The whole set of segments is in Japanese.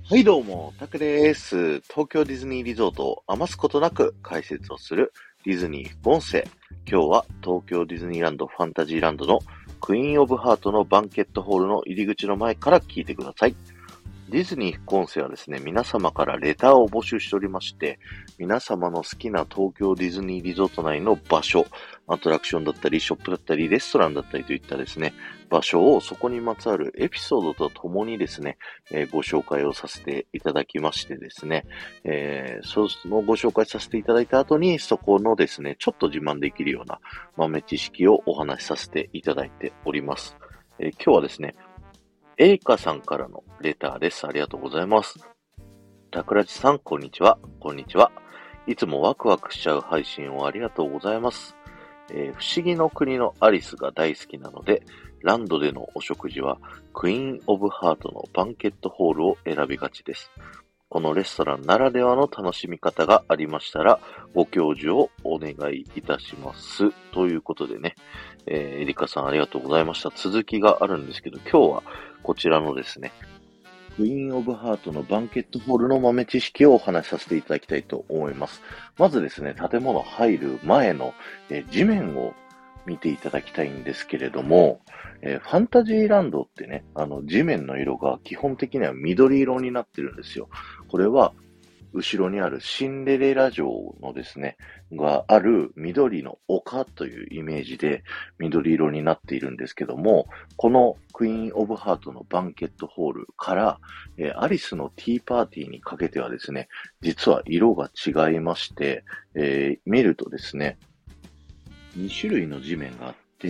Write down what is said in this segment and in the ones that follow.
はいどうも、タクです。東京ディズニーリゾートを余すことなく解説をするディズニー副音声。今日は東京ディズニーランドファンタジーランドのクイーンオブハートのバンケットホールの入り口の前から聞いてください。ディズニー副音声はですね、皆様からレターを募集しておりまして、皆様の好きな東京ディズニーリゾート内の場所、アトラクションだったり、ショップだったり、レストランだったりといったですね、場所をそこにまつわるエピソードとともにですね、ご紹介をさせていただきましてですね、そのご紹介させていただいた後に、そこのですね、ちょっと自慢できるような豆知識をお話しさせていただいております。今日はですね、エイカさんからのレターです。ありがとうございます。タクラジさん、こんにちは。こんにちは。いつもワクワクしちゃう配信をありがとうございます。不思議の国のアリスが大好きなので、ランドでのお食事はクイーンオブハートのバンケットホールを選びがちです。このレストランならではの楽しみ方がありましたら、ご教授をお願いいたします。ということでね、エリカさんありがとうございました。続きがあるんですけど、今日はこちらのですね、クイーンオブハートのバンケットホールの豆知識をお話しさせていただきたいと思います。まずですね、建物入る前の、地面を見ていただきたいんですけれども、ファンタジーランドってね、地面の色が基本的には緑色になってるんですよ。これは、後ろにあるシンデレラ城のですね、がある緑の丘というイメージで緑色になっているんですけども、このクイーンオブハートのバンケットホールから、アリスのティーパーティーにかけてはですね、実は色が違いまして、見るとですね、2種類の地面があって、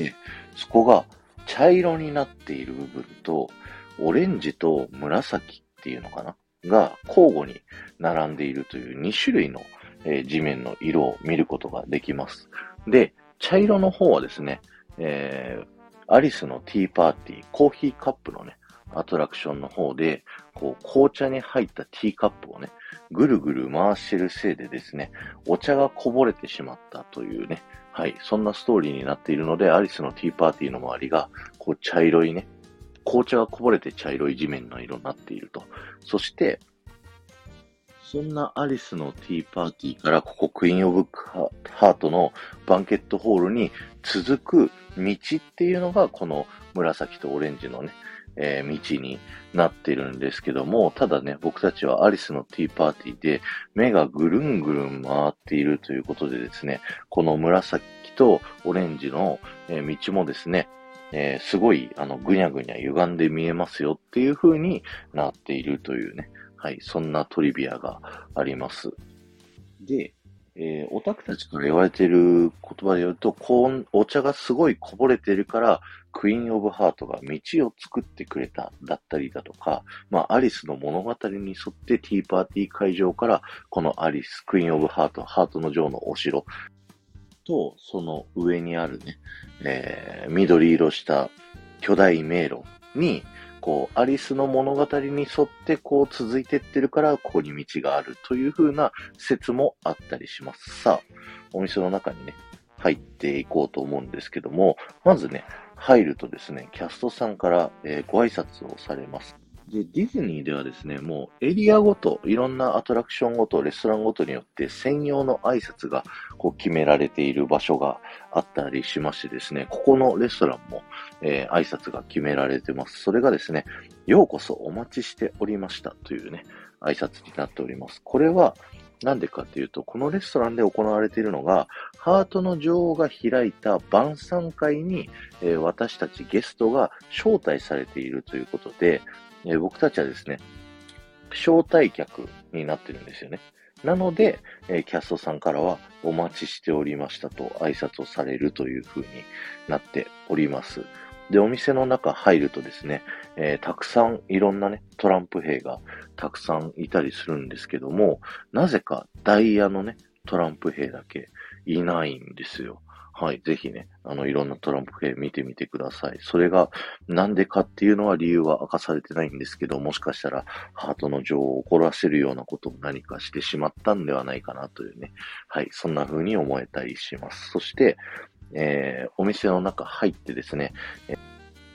そこが茶色になっている部分と、オレンジと紫っていうのかなが交互に並んでいるという2種類の、地面の色を見ることができます。で、茶色の方はですね、アリスのティーパーティー、コーヒーカップのね、アトラクションの方で、こう、紅茶に入ったティーカップをね、ぐるぐる回してるせいでですね、お茶がこぼれてしまったというね、はい、そんなストーリーになっているので、アリスのティーパーティーの周りが、こう、茶色いね、紅茶がこぼれて茶色い地面の色になっていると。そして、そんなアリスのティーパーティーから、ここクイーンオブハートのバンケットホールに続く道っていうのが、この紫とオレンジのね、道になっているんですけども、ただね、僕たちはアリスのティーパーティーで目がぐるんぐるん回っているということでですね、この紫とオレンジの、道もですね、すごい、ぐにゃぐにゃ歪んで見えますよっていう風になっているというね、はい、そんなトリビアがあります。で、オタクたちから言われている言葉で言うと、お茶がすごいこぼれてるから、クイーンオブハートが道を作ってくれた、だったりだとか、まあ、アリスの物語に沿ってティーパーティー会場から、このアリス、クイーンオブハート、ハートの女王のお城と、その上にあるね、緑色した巨大迷路に、こう、アリスの物語に沿ってこう続いてってるから、ここに道があるという風な説もあったりします。さあ、お店の中にね、入っていこうと思うんですけども、まずね、入るとですね、キャストさんから、ご挨拶をされます。で、ディズニーではですね、もうエリアごと、いろんなアトラクションごと、レストランごとによって専用の挨拶がこう決められている場所があったりしましてですね、ここのレストランも、挨拶が決められてます。それがですね、ようこそお待ちしておりましたというね、挨拶になっております。これは、なんでかっていうと、このレストランで行われているのが、ハートの女王が開いた晩餐会に、私たちゲストが招待されているということで、僕たちはですね、招待客になってるんですよね。なので、キャストさんからはお待ちしておりましたと挨拶をされるという風になっております。で、お店の中入るとですね、たくさんいろんなね、トランプ兵がたくさんいたりするんですけども、なぜかダイヤのね、トランプ兵だけいないんですよ。はい。ぜひね、いろんなトランプ兵見てみてください。それが、なんでかっていうのは理由は明かされてないんですけど、もしかしたら、ハートの女王を怒らせるようなことを何かしてしまったんではないかなというね。はい。そんな風に思えたりします。そして、お店の中入ってですね、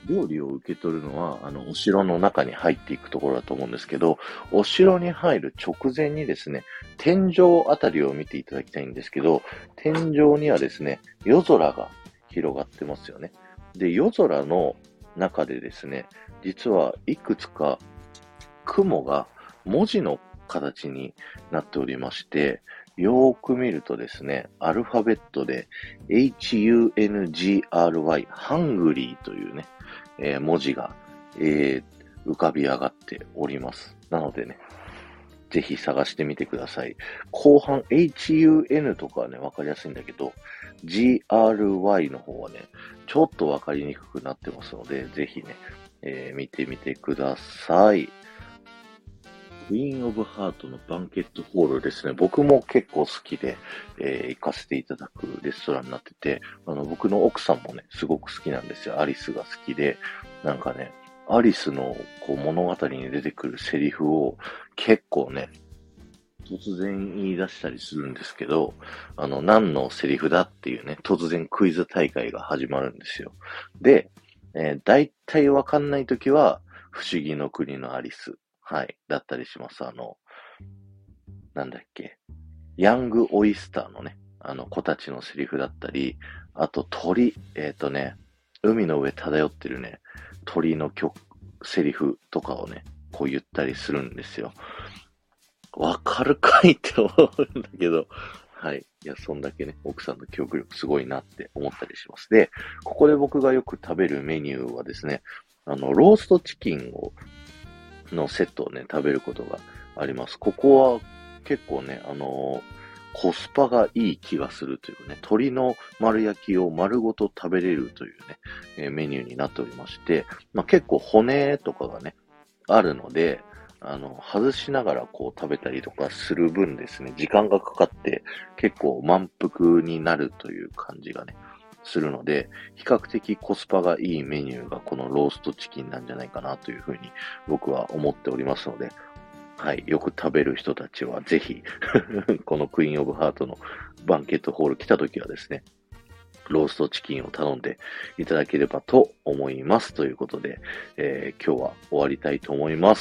料理を受け取るのは、お城の中に入っていくところだと思うんですけど、お城に入る直前にですね、天井あたりを見ていただきたいんですけど、天井にはですね、夜空が広がってますよね。で、夜空の中でですね、実はいくつか雲が文字の形になっておりまして、よーく見るとですね、アルファベットで HUNGRY、ハングリーというね、文字が、浮かび上がっております。なのでね、ぜひ探してみてください。後半 HUN とかはね、わかりやすいんだけど、GRY の方はね、ちょっとわかりにくくなってますので、ぜひね、見てみてください。クイーンオブハートのバンケットホールですね。僕も結構好きで、行かせていただくレストランになってて、僕の奥さんもね、すごく好きなんですよ。アリスが好きで、なんかね、アリスのこう物語に出てくるセリフを結構ね、突然言い出したりするんですけど、何のセリフだっていうね、突然クイズ大会が始まるんですよ。で、大体わかんないときは、不思議の国のアリス。はい。だったりします。なんだっけ。ヤングオイスターのね、子たちのセリフだったり、あと鳥、海の上漂ってるね、鳥のセリフとかをね、こう言ったりするんですよ。わかるかいって思うんだけど、はい。いや、そんだけね、奥さんの記憶力すごいなって思ったりします。で、ここで僕がよく食べるメニューはですね、ローストチキンのセットをね、食べることがあります。ここは結構ね、コスパがいい気がするというかね、鶏の丸焼きを丸ごと食べれるというね、メニューになっておりまして、まあ、結構骨とかがね、あるので、外しながらこう食べたりとかする分ですね、時間がかかって結構満腹になるという感じがね、するので、比較的コスパがいいメニューがこのローストチキンなんじゃないかなというふうに僕は思っておりますので、はい、よく食べる人たちはぜひこのクイーンオブハートのバンケットホール来た時はですね、ローストチキンを頼んでいただければと思います。ということで、今日は終わりたいと思います。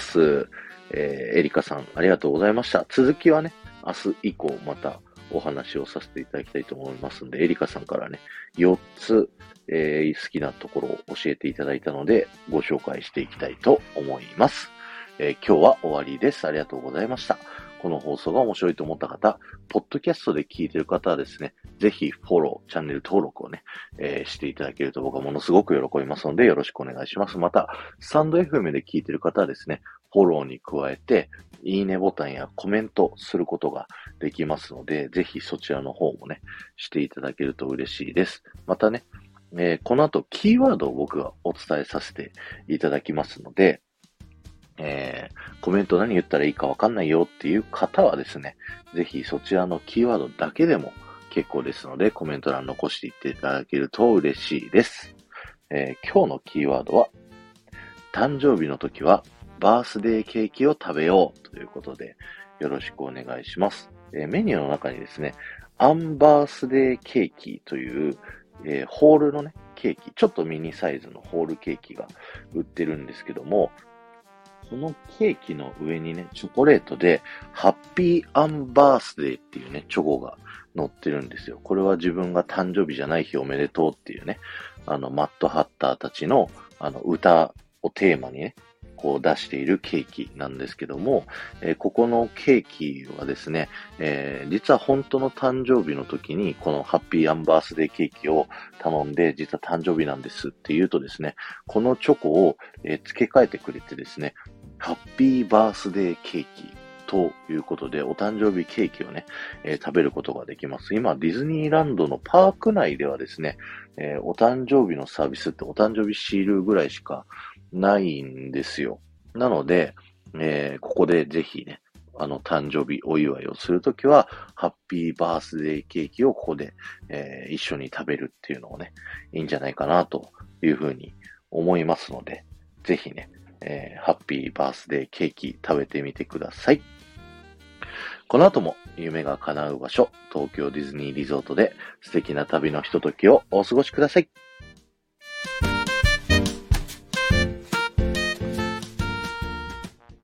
エリカさん、ありがとうございました。続きはね、明日以降またお話をさせていただきたいと思いますので、エリカさんからね、4つ、好きなところを教えていただいたので、ご紹介していきたいと思います。今日は終わりです。ありがとうございました。この放送が面白いと思った方、ポッドキャストで聞いている方はですね、ぜひフォロー、チャンネル登録をね、していただけると僕はものすごく喜びますのでよろしくお願いします。また、スタンド FM で聞いている方はですね、フォローに加えて、いいねボタンやコメントすることができますので、ぜひそちらの方もね、していただけると嬉しいです。またね、この後キーワードを僕がお伝えさせていただきますので、コメント何言ったらいいかわかんないよっていう方はですね、ぜひそちらのキーワードだけでも結構ですので、コメント欄残していっていただけると嬉しいです。今日のキーワードは、誕生日の時はバースデーケーキを食べようということで、よろしくお願いします。メニューの中にですね、アンバースデーケーキという、ホールのね、ケーキ、ちょっとミニサイズのホールケーキが売ってるんですけども、そのケーキの上にね、チョコレートで、ハッピーアンバースデーっていうね、チョコが載ってるんですよ。これは自分が誕生日じゃない日おめでとうっていうね、マッドハッターたちの、歌をテーマにね、こう出しているケーキなんですけども、ここのケーキはですね、実は本当の誕生日の時にこのハッピーアンバースデーケーキを頼んで、実は誕生日なんですって言うとですね、このチョコを、付け替えてくれてですね、ハッピーバースデーケーキということで、お誕生日ケーキをね、食べることができます。今、ディズニーランドのパーク内ではですね、お誕生日のサービスってお誕生日シールぐらいしかないんですよ。なので、ここでぜひね、誕生日お祝いをするときは、ハッピーバースデーケーキをここで、一緒に食べるっていうのもね、いいんじゃないかなというふうに思いますので、ぜひね、ハッピーバースデーケーキ食べてみてください。この後も夢が叶う場所、東京ディズニーリゾートで素敵な旅のひとときをお過ごしください。